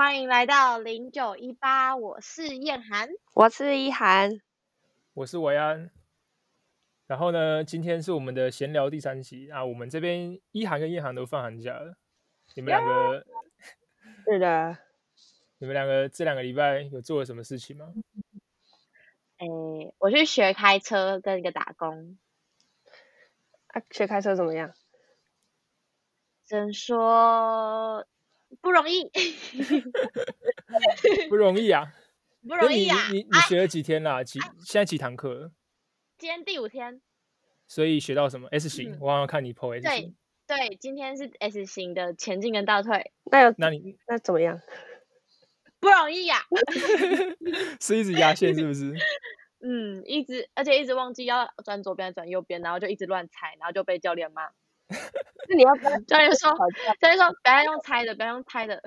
欢迎来到0918，我是燕涵， 我是一涵， 我是维安。然后呢，今天是我们的闲聊第3期啊。我们这边一涵跟燕涵都放寒假了，你们两个是的， 你们两个这2个礼拜有做了什么事情吗？ 我去学开车跟一个打工。 学开车怎么样？ 只能说不容易， 不容易啊， 不容易啊！ 你学了几天啦？现在几堂课了？ 今天第5天。 所以学到什么 S 型？我好像看你 po S 型。 对，今天是 S 型的前进跟倒退。 那怎么样？ 不容易呀、 是一直压线是不是？ 而且一直忘记要转左边转右边，然后就一直乱猜，然后就被教练骂。 那你要不要教练说不要用猜的，不要用猜的。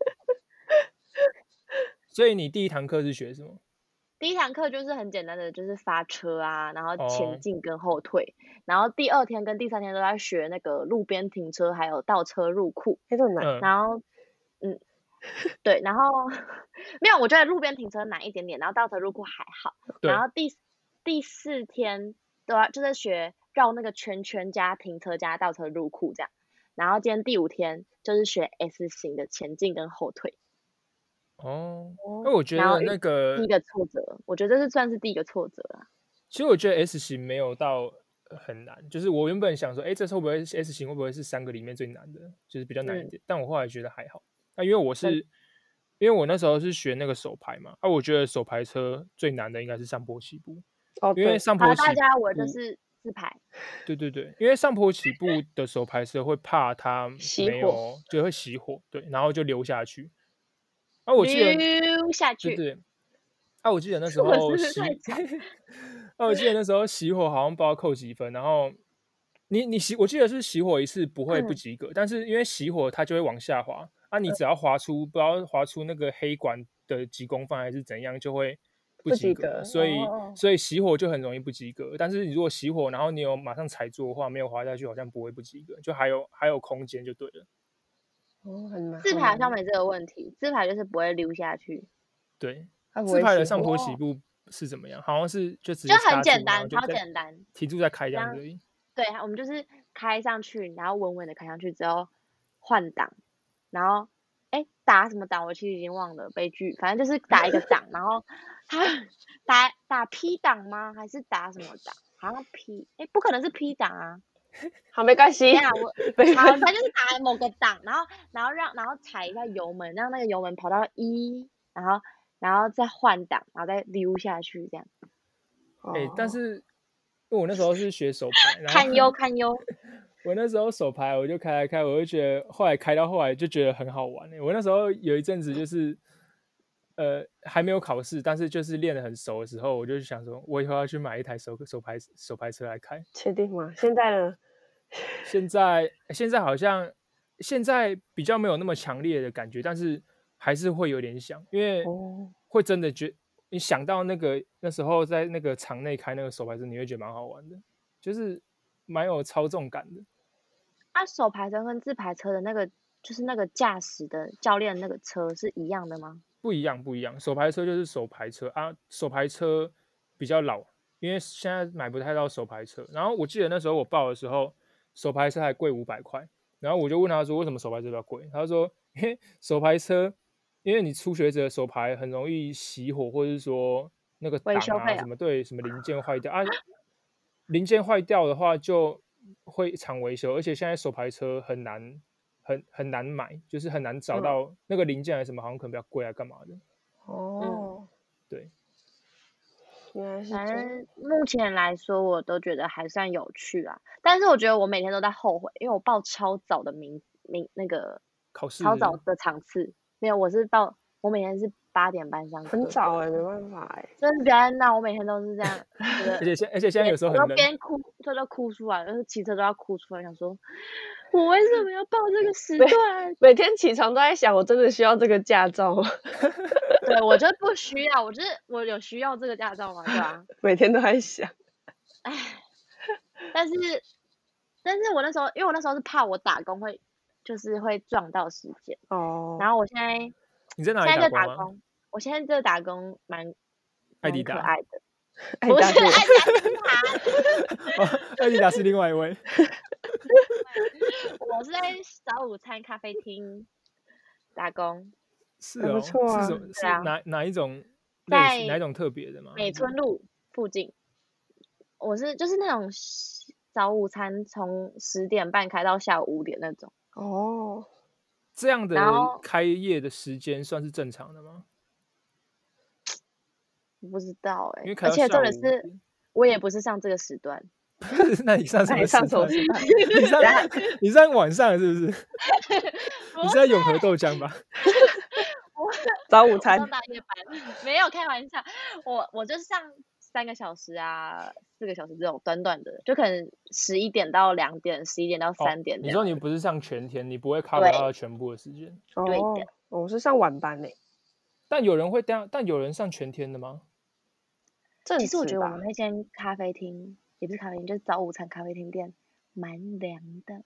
所以你第1堂课是学什么？ 第1堂课就是很简单的，就是发车啊，然后前进跟后退。然后第2天跟第3天都在学那个路边停车，还有倒车入库。 这么难？ 然后，对，然后没有，我觉得路边停车难一点点，然后倒车入库还好。然后第4天就是学绕那个圈圈加停车加倒车入库这样。然后今天第5天就是学 S 型的前进跟后退。 因为我觉得那个第一个挫折，我觉得这算是第一个挫折啦。 其实我觉得 S 型没有到很难，就是我原本想说，这次会不会 S 型会不会是3个里面最难的，就是比较难一点。但我后来觉得还好。那因为我那时候是学那个手排嘛，我觉得手排车最难的应该是上坡起步。因为上坡起步， 大家我就是自排。 对，因为上坡起步的手排车会怕它没有就会熄火，对，然后就溜下去。我记得溜下去， 对。我记得那时候我记得那时候熄火好像不知道扣几分，然后我记得是熄火1次不会不及格，但是因为熄火它就会往下滑你只要滑出不知道滑出那个黑管的几公分还是怎样就会不及格，所以熄火就很容易不及格。但是你如果熄火然后你有马上踩住的话，没有滑下去好像不会不及格，就还有空间就对了。 很难。 自排好像没这个问题，自排就是不会溜下去。 对。自排的上坡起步是怎么样？好像是就直接就很简单，超简单， 停住再开这样子而已。 对，我们就是开上去，然后稳稳的开上去之后换挡，然后打什么档我其实已经忘了，悲剧，反正就是打一个档，然后打 P 档吗？还是打什么档？好像 P，不可能是 P 档啊。 好，没关系。 好，他就是打某个档，然后踩一下油门，让那个油门跑到1，然后再换挡，然后再溜下去这样。 但是因为我那时候是学手排， 看优。 我那时候手排我就开，我就觉得后来开到后来就觉得很好玩。我那时候有一阵子就是还没有考试，但是就是练得很熟的时候，我就想说我以后要去买一台手排车来开。 确定吗？现在呢？ 现在好像现在比较没有那么强烈的感觉，但是还是会有点想，因为会真的你想到那时候在那个场内开那个手排车，你会觉得蛮好玩的，就是蛮有操纵感的。 手排车跟自排车的那个就是那个驾驶的教练那个车是一样的吗？ 不一样。手排车就是手排车手排车比较老，因为现在买不太到手排车。然后我记得那时候我报的时候，手排车还贵500块，然后我就问他说为什么手排车比较贵？他说因为手排车，因为你初学者手排很容易熄火，或者是说那个档什么什么零件坏掉零件坏掉的话就会常维修，而且现在手排车很难买，就是很难找到那个零件还是什么，好像可能比较贵干嘛的。对。 反正目前来说我都觉得还算有趣啦，但是我觉得我每天都在后悔，因为我报超早的那个考试超早的场次，没有，我每天是8点半上课， 很早没办法真的不要闹，我每天都是这样。 而且现在有时候很冷， 边哭都哭出来，骑车都要哭出来，想说我为什么要报这个时段？ 每天起床都在想，我真的需要这个驾照吗？ 对，我觉得不需要，我有需要这个驾照吗？对吧？ 每天都在想。 但是我那时候，因为我那时候是怕我打工会撞到时间然后我现在你在哪现在里打工吗？ 在打工，我现在这打工蛮可艾迪达， 爱的，不是爱达爱达是他， 艾迪达是另外一位。 我是在早午餐咖啡厅打工， 是还不哦， 错啊。 是对啊， 哪一种在哪一种特别的吗？ 美村路附近。我是就是那种早午餐从10点半开到下午5点那种， 哦， 这样的然后开业的时间算是正常的吗？ 我不知道因为开而且到下午5 重点是点， 我也不是上这个时段， 那你上什么那你上时段？ 什么时段？ 你上晚上是不是？ 不你是在永和豆浆吧？ 我早午餐上大夜班，没有开玩笑，我就是上3个小时啊，4个小时这种短短的，就可能11点到2点，11点到3点这样。 你说你不是上全天，你不会 cover 到全部的时间。 对的。 哦，我是上晚班呢， 但有人上全天的吗？ 正其实我觉得我职吧们那间咖啡厅也不是咖啡厅，就是早午餐咖啡厅店蛮凉的。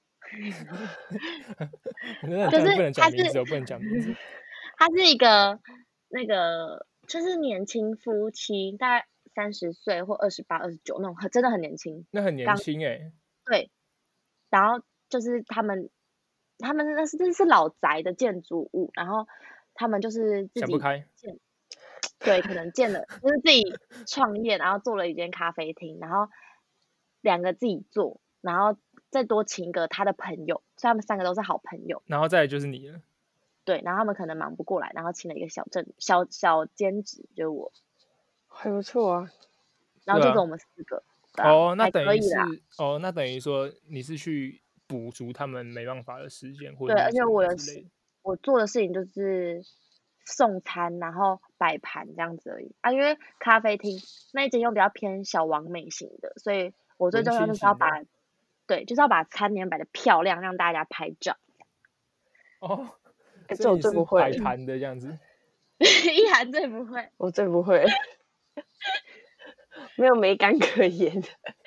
就是不能讲名字，我不能讲名字。 它是一个那个就是年轻夫妻，大概30岁或28、29那种，真的很年轻。 那很年轻哎。 对，然后就是他们那是老宅的建筑物，然后他们就是自己想不开。 对，可能建了，就是自己创业，然后做了一间咖啡厅，然后2个自己做，然后再多请一个他的朋友，所以他们3个都是好朋友。 然后再来就是你了。 对，然后他们可能忙不过来，然后请了一个小兼职，就是我， 还不错啊。 然后就跟我们4个。 哦，那还等于是可以啦。 那等于说你是去补足他们没办法的时间，或对，而且者是什么之类的。 我做的事情就是送餐，然后摆盘这样子而已啊。因为咖啡厅那一间又比较偏小完美型的，所以我最重要就是要就是要把餐点摆得漂亮，让大家拍照。 哦， 这我最不会摆盘的这样子。 一涵最不会， 我最不会，没有美感可言。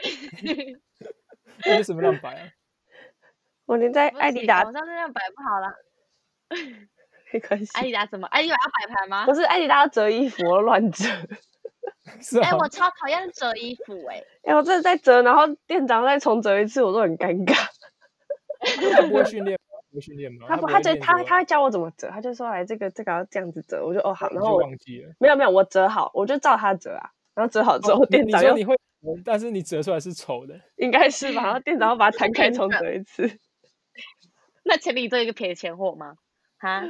那是什么乱摆啊？ 我连在艾迪达我上次那样摆不好了。 没关系。 艾迪达什么？艾迪达要摆盘吗？ 不是艾迪达要折衣服，我乱折。 是啊。 我超讨厌折衣服我真的在折，然后店长再重折一次，我都很尴尬。 他不会训练吗？不会训练吗？ 他会教我怎么折，他就说来这个要这样子折，我就好，然后我就忘记了。 没有我折好，我就照他折啊，然后折好之后店长你会，但是你折出来是丑的， 应该是吧？然后店长要把它摊开重折一次。 那钱里做一个赔钱货吗？哈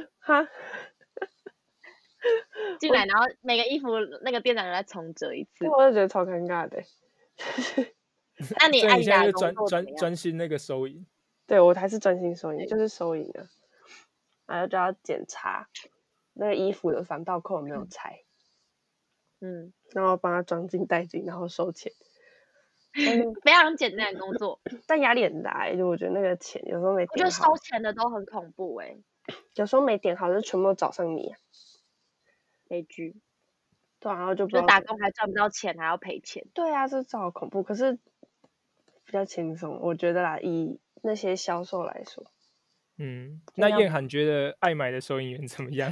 进来，然后每个衣服那个店长来重折一次， 我就觉得超尴尬的。 那你艾迪达就工作怎么样？ 专心那个收银。 对，我还是专心收银，就是收银的，然后就要检查那个衣服的防盗扣有没有拆，然后帮他装进袋子，然后收钱。 非常简单的工作， 但压力很大就我觉得那个钱有时候没点好， 我觉得收钱的都很恐怖有时候没点好就全部都找上你悲剧。 对，然后就打工还赚不到钱，还要赔钱。 对啊，这好恐怖。可是比较轻松，我觉得啦，以那些销售来说。 那燕涵觉得爱买的收银员怎么样？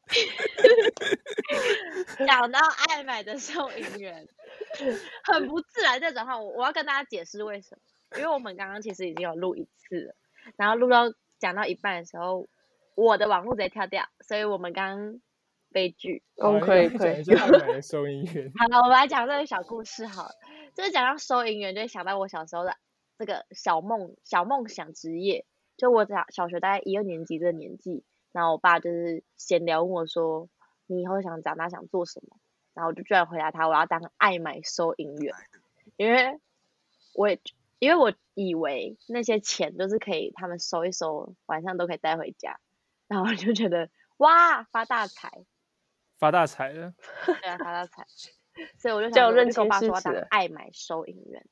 讲到爱买的收银员，很不自然这种话，我要跟大家解释为什么。因为我们刚刚其实已经有录1次了，然后讲到一半的时候，我的网络直接跳掉，所以我们刚刚悲剧。 可以。 爱买的收银员。 好了，我们来讲这个小故事好了。就是讲到收银员，就会想到我小时候的这个小梦想职业。就我小学大概1、2年级这个年纪，然后我爸就是闲聊问我说：“你以后长大想做什么？”然后我就居然回答他：“我要当爱买收银员。”因为我以为那些钱都是可以他们收一收，晚上都可以带回家，然后我就觉得哇发大财了。对啊，发大财。所以我就想说，我就跟我爸说要当爱买收银员。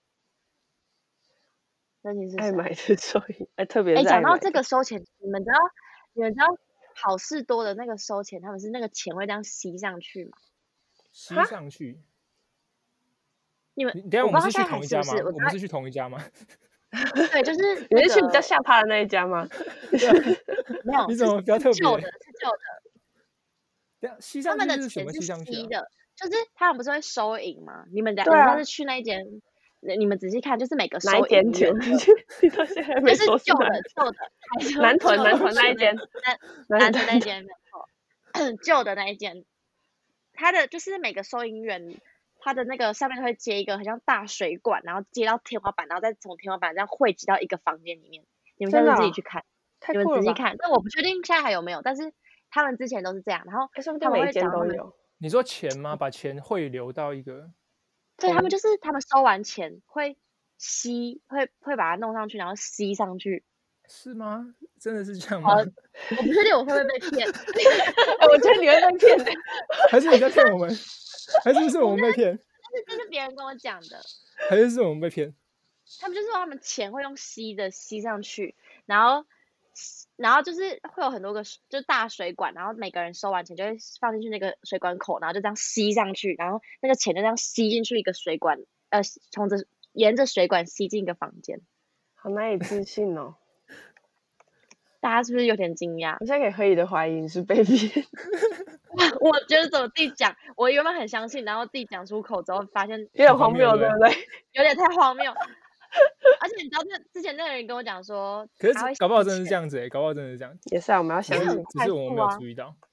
爱买的收银，特别是讲到这个收钱，你们知道好事多的那个收钱，他们是那个钱会这样吸上去吗？ 吸上去？ 你们等一下我们是去同一家吗？我们是去同一家吗？ 对，就是你是去比较下趴的那一家吗？ 没有， 你怎么比较特别？ 是旧的。 吸上去他们的是什么钱是吸上去啊？ 吸的，就是他们不是会收银吗？你们对啊下次去那一间，你们仔细看，就是每个哪一收间请银员的， 问你到现在还没就是旧说哪的还是南屯旧的那一间， 南的那间没错，旧的那一间，它的就是每个收银员，它的那个上面都会接一个很像大水管，然后接到天花板，然后再从天花板这样汇集到一个房间里面。你们下次自己去看，你们仔细看。但我不确定现在还有没有，但是他们之前都是这样，然后他们会讲他们。 你说钱吗？把钱汇流到一个？ 对，他们就是他们收完钱会吸，会把它弄上去，然后吸上去。 是吗？真的是这样吗？ 我不确定我会不会被骗。 我觉得你会被骗， 还是你在骗我们？还是我们被骗？ 但是这是别人跟我讲的。 还是我们被骗？ 他们就说他们钱会用吸的吸上去，然后就是会有很多个就大水管，然后每个人收完钱就会放进去那个水管口，然后就这样吸上去，然后那个钱就这样吸进去一个水管，沿着水管吸进一个房间。 好难以置信哦！ 大家是不是有点惊讶？ 我现在可以合理的怀疑你是被骗。 我觉得怎么自己讲，我原本很相信，然后自己讲出口之后，发现有点荒谬，对不对？ 有点太荒谬。而且你知道，之前那个人跟我讲说， 可是搞不好真的是这样子搞不好真的是这样。 也是啊，我们要相信， 只是我们没有注意到。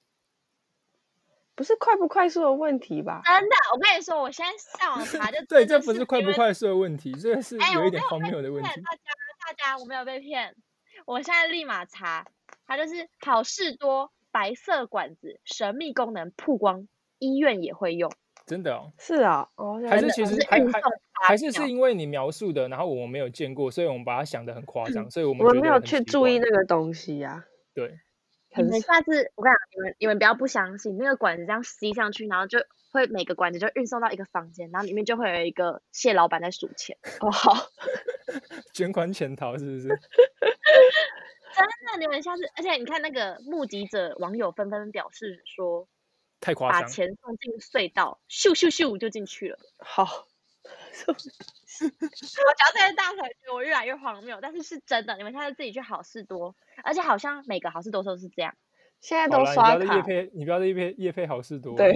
不是快不快速的问题吧？ 真的，我跟你说，我现在上网查就对，这不是快不快速的问题，这个是有一点荒谬的问题。 大家，我没有被骗，我现在立马查，它就是好事多白色管子神秘功能曝光，医院也会用。 真的哦？ 是啊， 还是其实还是因为你描述的，然后我们没有见过，所以我们把它想得很夸张，所以我们没有去注意那个东西呀。 对。 你们下次我跟你讲，你们不要不相信，那个管子这样吸上去，然后就会每个管子就运送到一个房间，然后里面就会有一个谢老板在数钱。 哦，好， 捐款潜逃是不是？ 真的，你们下次，而且你看那个目击者网友纷纷表示说， 太夸张， 把钱送进隧道，咻咻咻就进去了。 好。 我讲这些大腿，觉得我越来越荒谬，但是是真的。你们下次自己去好事多，而且好像每个好事多都是这样。 现在都刷卡， 你不要业配好事多。 对，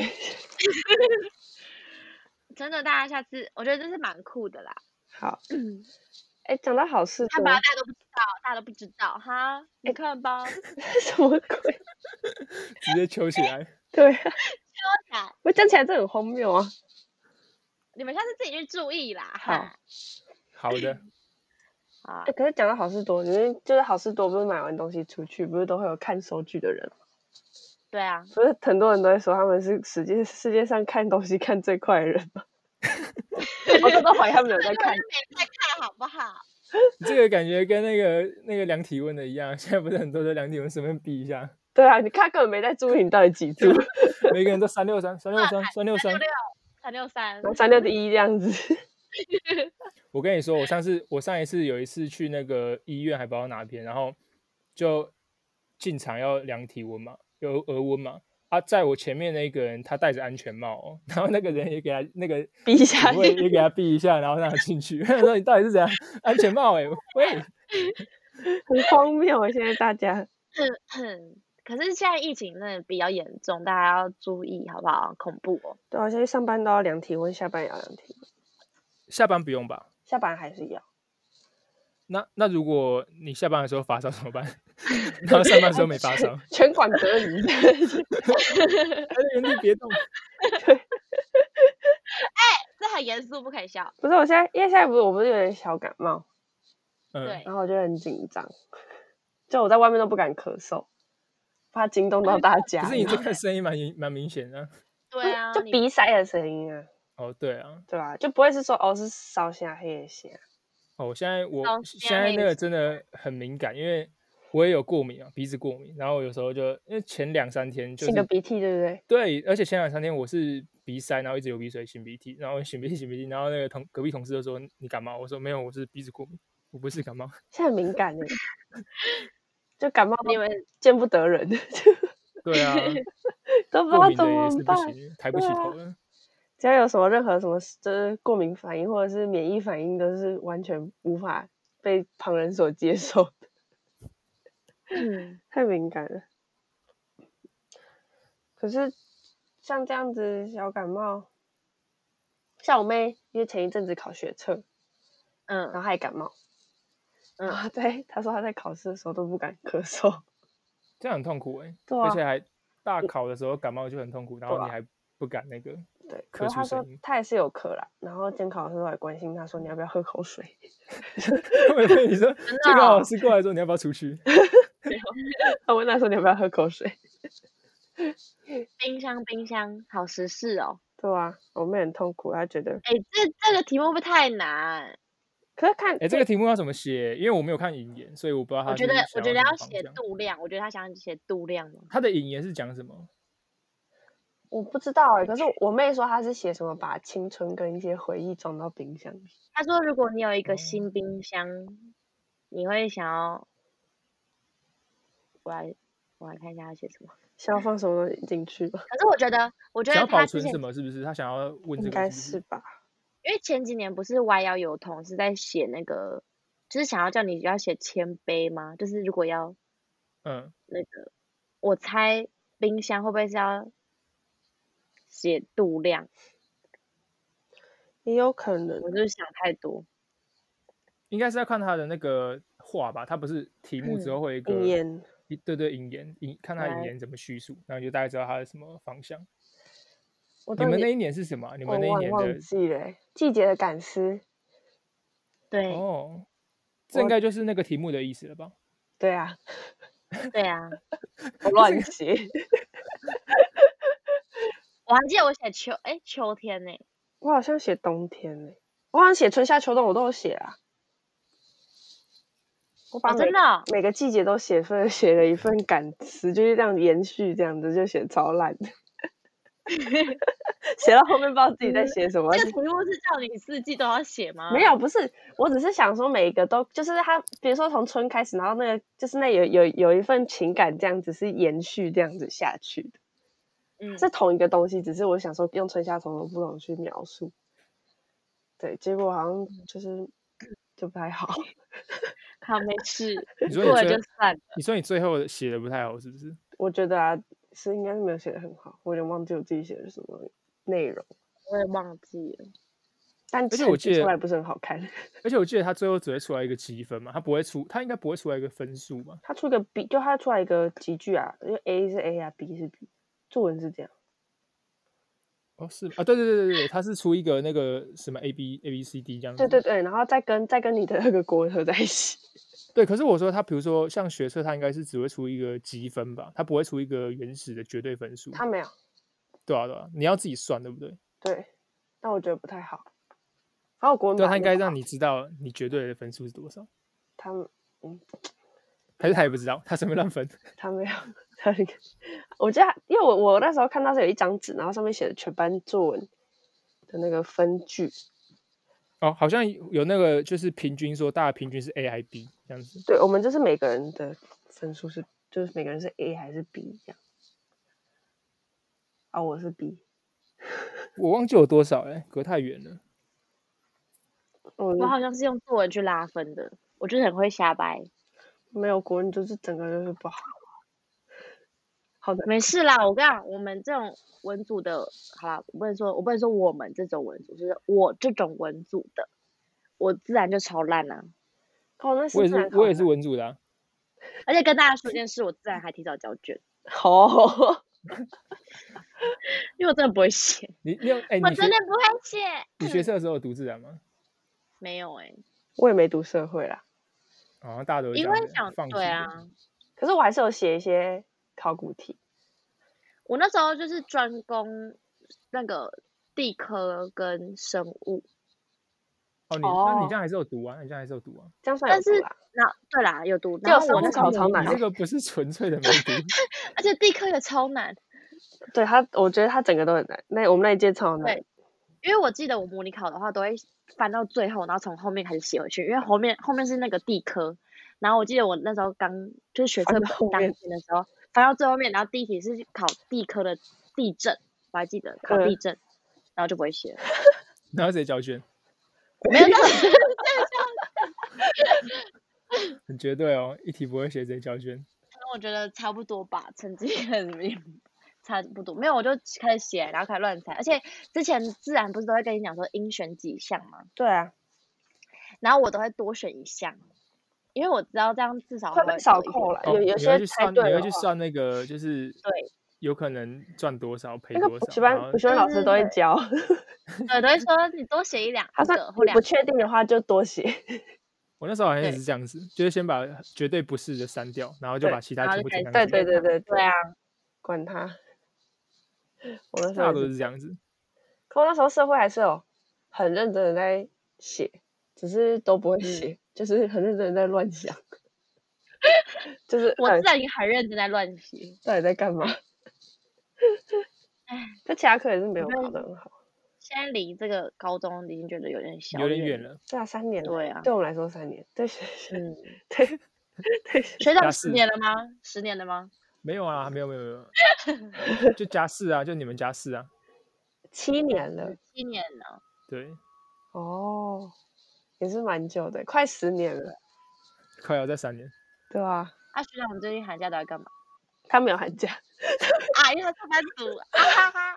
真的，大家下次我觉得这是蛮酷的啦。 好，讲到好事多， 看吧，大家都不知道哈。你看吧， 什么鬼？ 直接揪起来。 对啊， 揪起来。 我讲起来这很荒谬啊。 你们下次自己去注意啦。 好的。 可是讲到好事多，你们就是好事多，不是买完东西出去，不是都会有看收据的人？ 对啊。 不是很多人都会说他们是世界上看东西看最快的人吗？我都怀疑他们有在看。 没在看好不好？ 这个感觉跟那个量体温的一样，现在不是很多的量体温随便比一下。 对啊，你看根本没在注意你到底几度。 每个人都363、363、363、 361这样子。 我跟你说，我上一次有一次去那个医院，还不知道哪边，然后就进场要量体温嘛，有额温嘛。在我前面那个人他戴着安全帽，然后那个人也给他那个避一下， 也给他避一下，然后让他进去。他说你到底是怎样？安全帽喂， 很荒谬。现在大家， 可是现在疫情真的比较严重，大家要注意好不好？恐怖哦。 对啊，现在上班都要量体温，下班也要量体温。 下班不用吧？ 下班还是要。 那如果你下班的时候发烧怎么办？然后上班的时候没发烧， 全馆隔离， 原地别动。 这很严肃，不可以笑。 不是，因为现在我不是有点小感冒， 对， 然后我就很紧张，就我在外面都不敢咳嗽，怕惊动到大家。 可是你这个声音蛮明显的。 对啊， 就鼻塞的声音啊。 哦，对啊， 对啊，就不会是说是烧下黑下。 现在那个真的很敏感，因为我也有过敏啊，鼻子过敏，然后有时候就因为前2-3天就是擤个鼻涕，对不对？ 对，而且前2-3天我是鼻塞，然后一直流鼻水、擤鼻涕，然后擤鼻涕，然后那个隔壁同事就说你感冒，我说没有，我是鼻子过敏，我不是感冒。 现在很敏感的，就感冒你们见不得人。 对啊， 都不知道怎么办， 抬不起头了。 只要有任何什么就是过敏反应或者是免疫反应，都是完全无法被旁人所接受的。太敏感了。 可是像这样子小感冒，像我妹，因为前一阵子考学测，然后她也感冒，然后她说她在考试的时候都不敢咳嗽， 这样很痛苦对啊， 而且还大考的时候感冒就很痛苦，然后你还不敢那个对，可是她说她也是有咳啦，然后监考的时候还关心她说你要不要喝口水， 我以为你说监考老师过来说你要不要出去， 他问她说你要不要喝口水。 冰箱，好时事哦。 对啊，我妹很痛苦，她觉得。 这个题目会不会太难？ 可是看， 这个题目要怎么写？因为我没有看引言，所以我不知道他。 我觉得要写度量，我觉得他想写度量吗？ 他的引言是讲什么？ 我不知道可是我妹说她是写什么把青春跟一些回忆装到冰箱里。 她说如果你有一个新冰箱，你会想要，我来看一下他写什么。 想要放什么东西进去吧？ 可是我觉得想要保存什么？是不是他想要问这个？ 应该是吧。 因为前几年不是歪腰邮筒是在写那个，就是想要叫你要写谦卑吗？就是如果要，那个，我猜冰箱会不会是要写度量？ 也有可能， 我就是想太多。 应该是要看他的那个话吧，他不是题目之后会有一个引言， 对引言，看他引言怎么叙述，然后就大概知道他的什么方向。 你们那一年是什么？你们那一年的忘记了季节的感思。 对哦，这应该就是那个题目的意思了吧？ 对啊， 对啊， 我乱写。 我还记得我写秋天呢。 我好像写冬天呢，我好像写春夏秋冬我都有写啊。我把真的每个季节都写了一份感词，就是这样延续，这样子就写超烂的。写到后面不知道自己在写什么。 这个题目是叫你四季都要写吗？ 没有，不是，我只是想说每一个都就是他，比如说从春开始，然后那个就是那有一份情感这样子是延续这样子下去的，是同一个东西，只是我想说用春夏秋冬不同去描述。对，结果好像就不太好。 好，没事， 过了就算了。 你说你最后写的不太好，是不是？ 我觉得是应该是没有写的很好，我有点忘记我自己写的什么内容， 我也忘记了。 但而且我记得出来不是很好看。 而且我记得他最后只会出来一个积分嘛，他应该不会出来一个分数吧？ 他出个 B， 就他出来一个集句啊，因为 A 是 A 啊 ，B 是 B， 作文是这样。 哦，是啊，对，他是出一个那个什么 A B C D 这样子。 对，然后再跟你的那个国文合在一起。 对，可是我说他比如说像学测，他应该是只会出一个积分吧，他不会出一个原始的绝对分数。 他没有。 对啊，你要自己算，对不对？ 对，但我觉得不太好。然后国文对，他应该让你知道你绝对的分数是多少。还是他也不知道，他随便乱分。 他没有，我觉得，因为我那时候看到是有一张纸，然后上面写的全班作文的那个分句。 哦，好像有那个就是平均说大家平均是 A 还是 B 这样子。 对，我们就是每个人的分数就是每个人是 A 还是 B 这样。啊，我是 B。 我忘记有多少隔太远了。 我好像是用作文去拉分的，我就是很会瞎掰。 没有，国文就是整个就是不好。好的， 没事啦，我跟你讲，我们这种文组的，好啦，我不能说我们这种文组，就是我这种文组的，我自然就超烂啊。 哦，那是我也是文组的啊。 而且跟大家说一件事，我自然还提早交卷。 好。 因为我真的不会写。 我真的不会写。 你学测的时候有读自然吗？ 没有我也没读社会啦。 好像大家都因为想对啊。 可是我还是有写一些考古题。 我那时候就是专攻那个地科跟生物。 哦，那你这样还是有读啊？这样算有读啊？ 但是对啦，有读。 然后我那考超难。 你这个不是纯粹的没读。 而且地科也超难。 对我觉得他整个都很难。我们那一届超难。 对，因为我记得我模拟考的话都会翻到最后，然后从后面开始写回去，因为后面是那个地科。然后我记得我那时候就是学测当天的时候，翻到最后面，然后第一题是考地科的地震，我还记得考地震，然后就不会写了。 然后谁交卷？ 没有， 很绝对哦，一题不会写谁交卷。 我觉得差不多吧，成绩很差不多。没有，我就开始写，然后开始乱猜。而且之前自然不是都会跟你讲说应选几项吗？ 对啊。 然后我都会多选一项，因为我知道这样至少会被少扣了。有些猜对你会去算那个，就是对， 有可能赚多少赔多少。那个补习班老师都会教。 对，都会说你多写1-2个或2个。 不确定的话就多写。 我那时候好像也是这样子，就是先把绝对不是的删掉，然后就把其他全部填上去。 对啊，管他。我那时候大家都是这样子。 可我那时候社会还是有很认真的在写，只是都不会写，就是很认真的在乱想。就是我自然也很认真在乱写。 到底在干嘛？这其他课也是没有考得很好。 现在离这个高中已经觉得有点小， 有点远了。 对啊，3年了。 对啊， 对我们来说3年。对， 对。学长10年了吗？10年了吗？ 没有啊，没有，就加4啊，就你们加4啊。 7年了。 7年了。 对。 哦，也是蛮久的，快10年了。 快要再3年。 对啊。 学长，你最近寒假都在干嘛？ 他没有寒假。 因为他上班族。哈哈。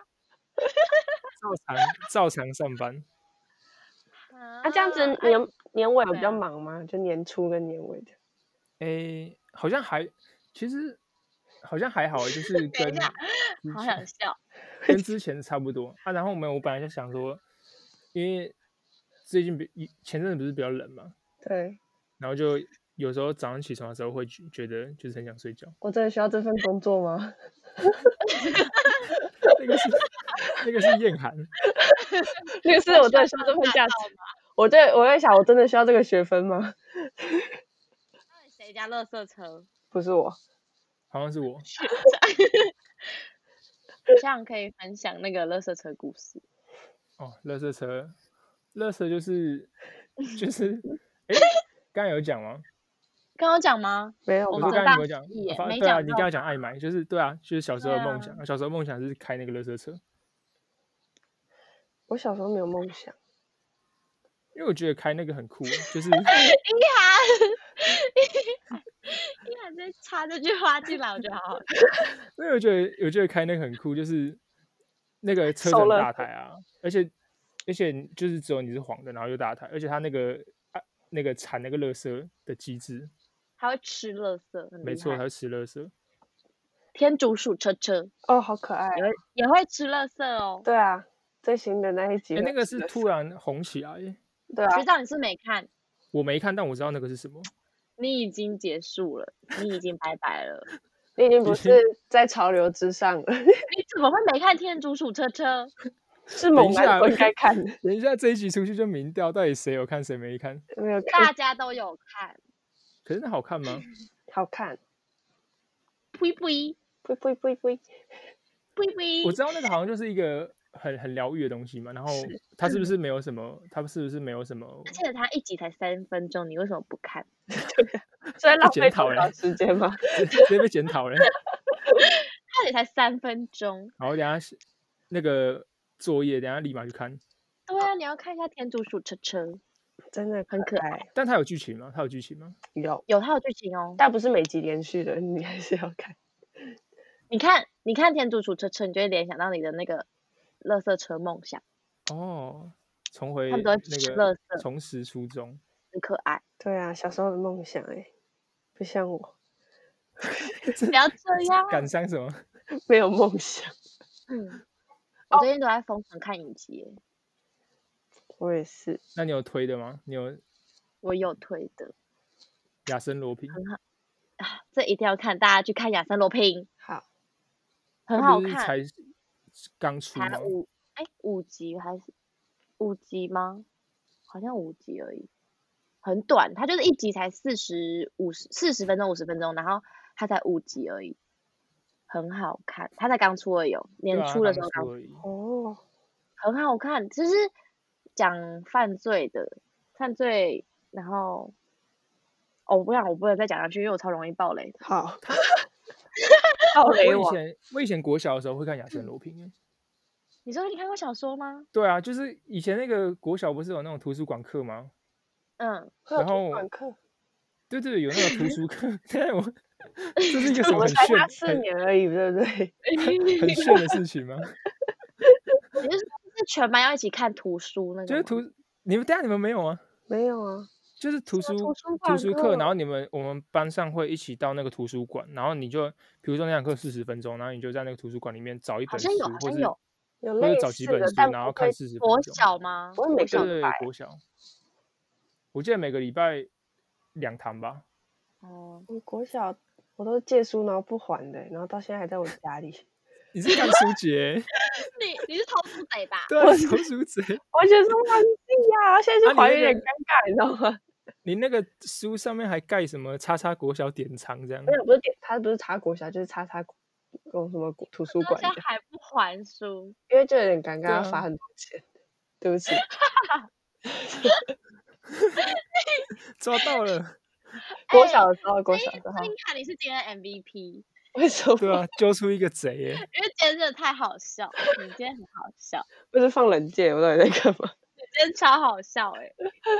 照常上班。 这样子年尾有比较忙吗？就年初跟年尾的。 好像其实好像还好，就是跟好想笑， 跟之前差不多啊。然后我本来就想说，因为最近前阵子不是比较冷嘛， 对， 然后就有时候早上起床的时候会觉得就是很想睡觉。 我真的需要这份工作吗？ 那个是厌寒。 那个是我真的需要这份价值。我在想，我真的需要这个学分吗？ 到底谁家垃圾车？ 不是我， 好像是我。 这样可以分享那个垃圾车故事。 垃圾车就是刚才有讲吗？ 刚刚讲吗？ 没有。 我说刚才你有讲，对啊，你刚才讲爱买，就是对啊，就是小时候的梦想。小时候梦想是开那个垃圾车。 我小时候没有梦想， 因为我觉得开那个很酷，就是一涵在插这句话进来，我觉得好好笑。 因为我觉得开那个很酷，就是那个车子很大台啊，而且就是只有你是黄的，然后又大台，而且它那个铲那个垃圾的机制， 它会吃垃圾， 没错，它会吃垃圾。 天竺鼠车好可爱， 也会吃垃圾哦。 对啊，最新的那一集， 那个是突然红起来。 对啊， 学长你是没看？ 我没看，但我知道那个是什么。 你已经结束了，你已经拜拜了， 你已经不是在潮流之上了。 你怎么会没看天竺鼠车？ 是猛男不应该看的。 等一下这一集出去就民调，到底谁有看谁没看？ 没有看， 大家都有看。 可是那好看吗？ 好看。 呸呸呸呸呸呸呸呸！ 我知道那个好像就是一个很疗愈的东西嘛，然后它是不是没有什么？而且它一集才3分钟，你为什么不看？ 所以浪费多少时间吗？ 直接被检讨了。 它也才3分钟。 好，等一下那个作业，等一下立马去看。 对啊，你要看一下天竺鼠车， 真的很可爱。 但它有剧情吗？ 有， 它有剧情哦， 但不是每集连续的，你还是要看。 你看天竺鼠车，你就会联想到你的那个垃圾车梦想。 重回他们都会吃垃圾， 重拾初衷， 很可爱。 对啊，小时候的梦想不像我。 不要这样。 感伤什么？ 没有梦想。 我最近都在疯狂看影集。 我也是。 那你有推的吗？ 我有推的。 亚森罗平。 很好这一定要看，大家去看亚森罗平。 好。 很好看。 才刚出吗 ？5集还是5集吗？好像5集而已，很短。它就是一集才40分钟、50分钟，然后它才5集而已，很好看。它才刚出而已，年初的时候刚出。很好看，就是讲犯罪，然后我不能再讲下去，因为我超容易爆雷的。 好。 我以前国小的时候会看亚森罗平。 你说你看过小说吗？ 对啊，就是以前那个国小不是有那种图书馆课吗？然后对，有那个图书课。 这是一个什么我们很炫、 才差4年而已，对不对？ 很炫的事情吗？ 你是全班要一起看图书那就是个吗？ 你们没有吗？ 没有啊， 就是图书课，然后我们班上会一起到那个图书馆，然后你就比如说那堂课40分钟，然后你就在那个图书馆里面找一本书，或是有类找几似的， 本书，然后看40分钟。 国小吗？ 不会每个礼拜。 国小，我记得每个礼拜2堂吧。 哦，国小我都借书然后不还的，然后到现在还在我家里。 你是看书节？ 你是偷书贼吧？ 对，偷书贼。 完全是忘记呀，现在去还有点尴尬，你知道吗？ 你那个书上面还盖什么“叉叉国小典藏”这样？ 没有，不是他不是查国小，就是查什么图书馆的。 还不还书， 因为就有点尴尬，要罚很多钱。对不起。 抓到了。 国小的时候。 金卡你是今天的 MVP。 为什么？ 对啊，揪出一个贼耶！ 因为今天真的太好笑，你今天很好笑。 不是放冷箭，我到底在干嘛？ 你今天超好笑哎！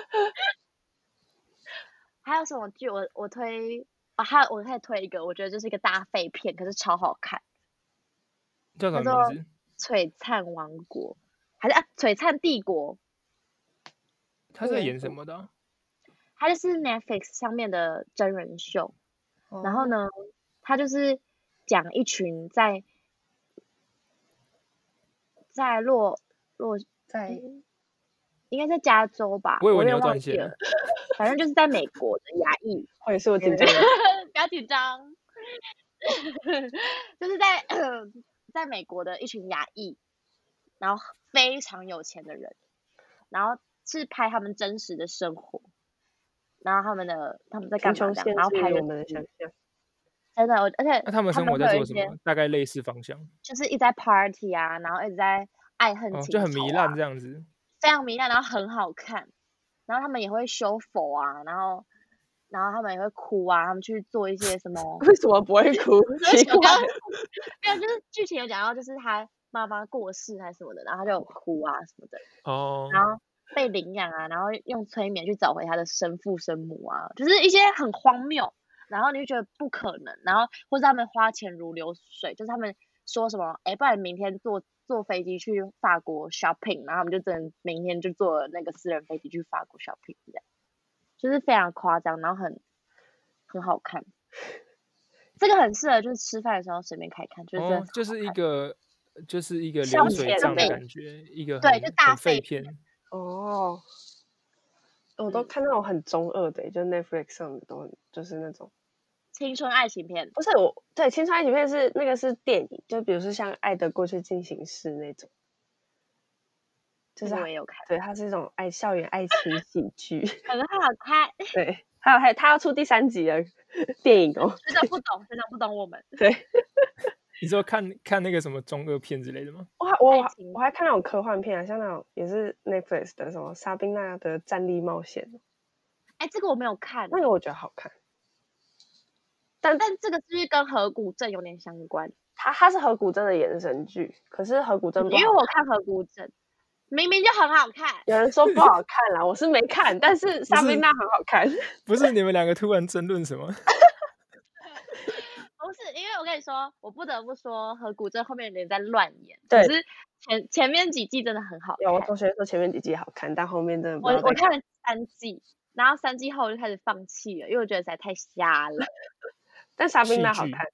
还有什么剧？我推我可以推一个，我觉得这是一个大废片，可是超好看。 叫什么名字？ 璀璨王国还是璀璨帝国？ 他在演什么的？ 他就是 Netflix 上面的真人秀，然后呢，他就是讲一群在应该在加州吧， 我以为你要断线了。 反正就是在美国的亚裔， 或者是我紧张了。 不要紧张，就是在美国的一群亚裔，然后非常有钱的人，然后是拍他们真实的生活，然后他们在干嘛这样，然后拍我们的想象。 真的，而且他们生活在做什么？大概类似方向， 就是一直在 party 啊，然后一直在爱恨情仇就很糜烂这样子， 非常糜烂，然后很好看。然后他们也会修佛啊，然后他们也会哭啊，他们去做一些什么？ 为什么不会哭？奇怪， 没有，就是剧情有讲到，就是他妈妈过世还是什么的，然后他就有哭啊什么的。 哦。 然后被领养啊，然后用催眠去找回他的生父生母啊，就是一些很荒谬，然后你就觉得不可能，然后或是他们花钱如流水，就是他们说什么，不然明天坐飞机去法国 shopping， 然后他们就只能明天就坐那个私人飞机去法国 shopping， 这样就是非常夸张，然后很好看。这个很适合就是吃饭的时候随便看， 就是一个流水账的感觉，一个对，就大废片。 哦，我都看那种很中二的，就 Netflix 上的都就是那种青春爱情片。 不是对，青春爱情片是那个是电影，就比如说像《爱的过去进行式》那种，就是我也有看。 对，它是一种校园爱情喜剧， 很好看。 对，还有他要出第3集的电影哦。 真的不懂我们。 对。 你说看那个什么中二片之类的吗？ 我还看那种科幻片啊，像那种也是 Netflix 的什么莎宾娜的战力冒险。 这个我没有看。 那个我觉得好看。 但这个是不是跟河谷镇有点相关？ 它是河谷镇的延伸剧，可是河谷镇因为我看河谷镇明明就很好看。 有人说不好看啦，我是没看，但是莎宾娜很好看。 不是你们两个突然争论什么？ 不是，因为我跟你说，我不得不说河谷镇后面有点在乱演。 对， 可是前面几季真的很好看。 有我同学说前面几季好看，但后面真的我看了3季，然后3季后我就开始放弃了，因为我觉得实在太瞎了。 但莎宾娜好看。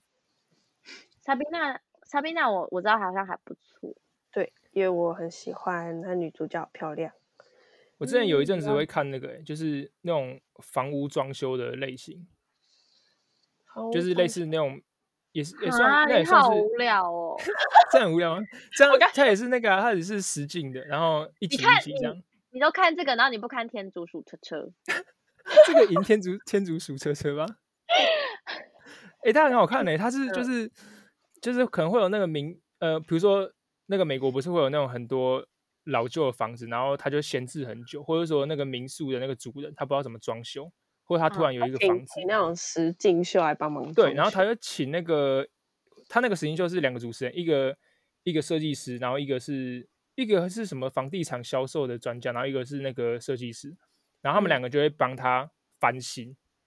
莎宾娜我知道好像还不错。 对，因为我很喜欢她女主角好漂亮。 我之前有一阵子会看那个，就是那种房屋装修的类型，就是类似那种，也算，那也算是。 好无聊哦。 这很无聊吗？这样它也是那个，它也是实景的，然后一集一集这样。 你都看这个，然后你不看天竺鼠车车？ 这个赢天竺鼠车车吧？它很好看嘞，它是就是可能会有那个比如说那个美国不是会有那种很多老旧的房子，然后它就闲置很久，或者说那个民宿的那个主人他不知道怎么装修，或者他突然有一个房子， 请那种实境秀来帮忙。 对，然后他就请那个他那个实境秀是2个主持人，一个设计师，然后一个是什么房地产销售的专家，然后一个是那个设计师，然后他们2个就会帮他翻新。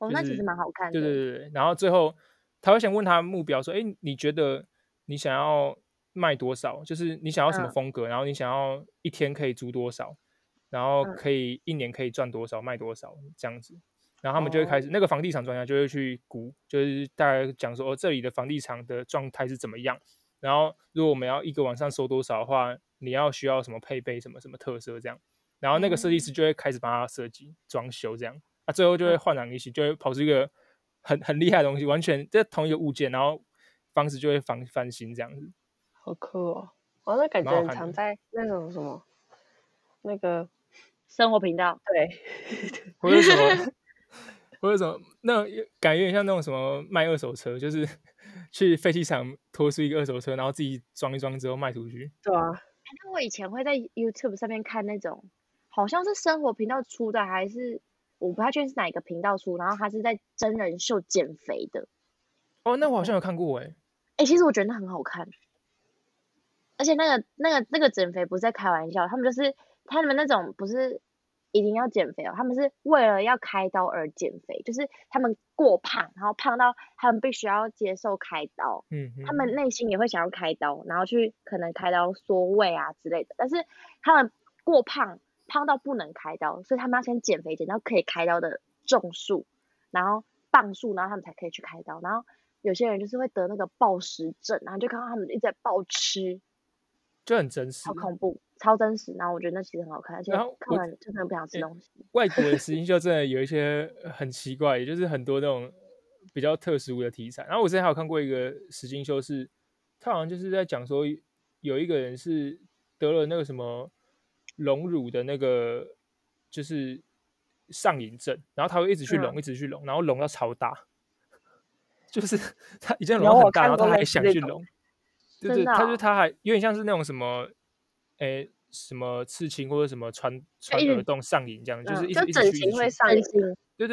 那其实蛮好看的。 的。 对。然后最后他会先问他目标说，你觉得你想要卖多少？就是你想要什么风格，然后你想要一天可以租多少，然后可以一年可以赚多少，卖多少这样子。然后他们就会开始，那个房地产专家就会去估，就是大概讲说，这里的房地产的状态是怎么样。然后如果我们要一个晚上收多少的话，你需要什么配备，什么什么特色这样。然后那个设计师就会开始帮他设计装修这样。最后就会焕然一新，就会跑出一个很厉害的东西，完全在同一个物件，然后房子就会翻新这样子。 好酷哦！那感觉很常在那种什么那个生活频道， 对， 或者什么。或者什么，那感觉有点像那种什么卖二手车，就是去废弃场拖出一个二手车，然后自己装一装之后卖出去。 对啊。 那我以前会在 YouTube 上面看那种，好像是生活频道出的，还是我不太确定是哪一个频道出，然后他是在真人秀减肥的。 那我好像有看过其实我觉得那很好看，而且那个减肥不是在开玩笑，他们那种不是一定要减肥他们是为了要开刀而减肥，就是他们过胖，然后胖到他们必须要接受开刀，他们内心也会想要开刀，然后去可能开刀缩胃啊之类的，但是他们过胖到不能开刀，所以他们要先减肥减到可以开刀的重数，然后磅数，然后他们才可以去开刀。然后有些人就是会得那个暴食症，然后就看到他们一直在暴吃， 就很真实， 好恐怖，超真实。然后我觉得那其实很好看，而且看完真的不想吃东西。 外国的实境秀真的有一些很奇怪，也就是很多那种比较特殊的题材。然后我之前还有看过一个实境秀是，他好像就是在讲说有一个人是得了那个什么隆乳的那个就是上瘾症，然后他会一直去隆，一直去隆，然后隆到超大，就是他已经隆到很大，然后他还想去隆。对，他还有点像是那种什么，什么刺青或者什么穿耳洞上瘾这样，就是一直去， 整形会上瘾。 对。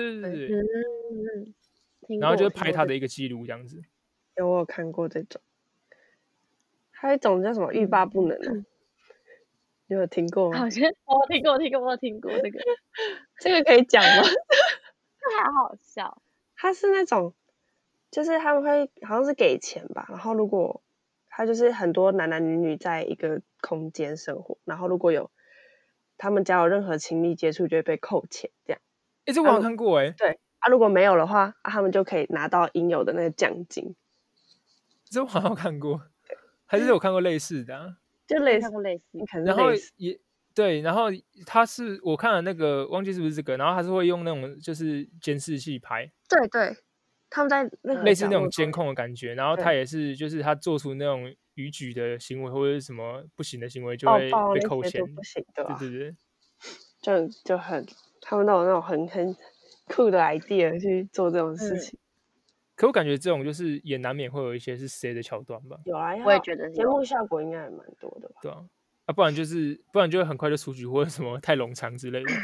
然后就是拍他的一个记录这样子。 我有看过这种，还有一种叫什么欲罢不能的，你有听过吗？ 好像我有听过这个。 这个可以讲吗？ 这还好笑。 他是那种，就是他们会好像是给钱吧，然后如果他就是很多男男女女在一个空间生活，然后如果有他们只要有任何亲密接触就会被扣钱这样。 这我好像看过对如果没有的话他们就可以拿到应有的那个奖金。 这我好像看过，还是有看过类似的就类似， 然后也对，然后他是我看了那个忘记是不是这个，然后他是会用那种就是监视器拍， 对，他们在类似那种监控的感觉，然后他也是就是他做出那种逾矩的行为或者是什么不行的行为就会被扣钱， 不行的， 对， 就很他们那种很酷的 idea 去做这种事情。 可我感觉这种就是也难免会有一些是谁的桥段吧。 有我也觉得节目效果应该也蛮多的吧。 对不然就会很快就出局或者什么太冗长之类的。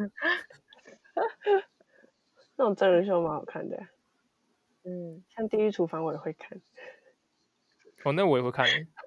那种真人秀蛮好看的。像《地狱厨房》我也会看。 那我也会看。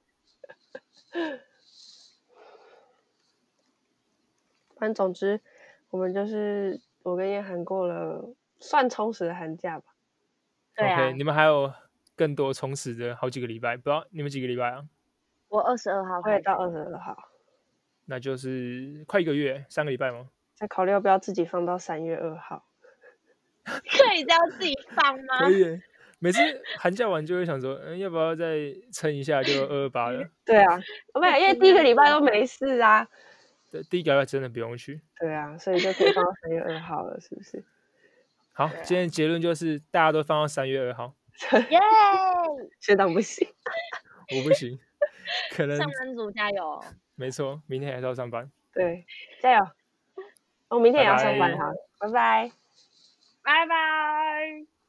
反正总之我们就是我跟燕涵过了算充实的寒假吧。 对啊。 OK， 你们还有更多充实的好几个礼拜，不知道你们几个礼拜啊？ 我22号， 我也到22号， 那就是快1个月，3个礼拜吗？ 再考虑要不要自己放到3月2号。 可以这样自己放吗？ 可以，每次寒假完就会想说，要不要再撑一下就228了？ 对啊，因为第一个礼拜都没事啊。 对，第一个礼拜真的不用去。 对啊，所以就可以放到3月2号了，是不是？ 好，今天结论就是大家都放到3月2号。 耶！ 学长不行， 我不行，可能上班族加油。 没错，明天还是要上班。 对，加油！我明天也要上班，好，拜拜。 拜拜。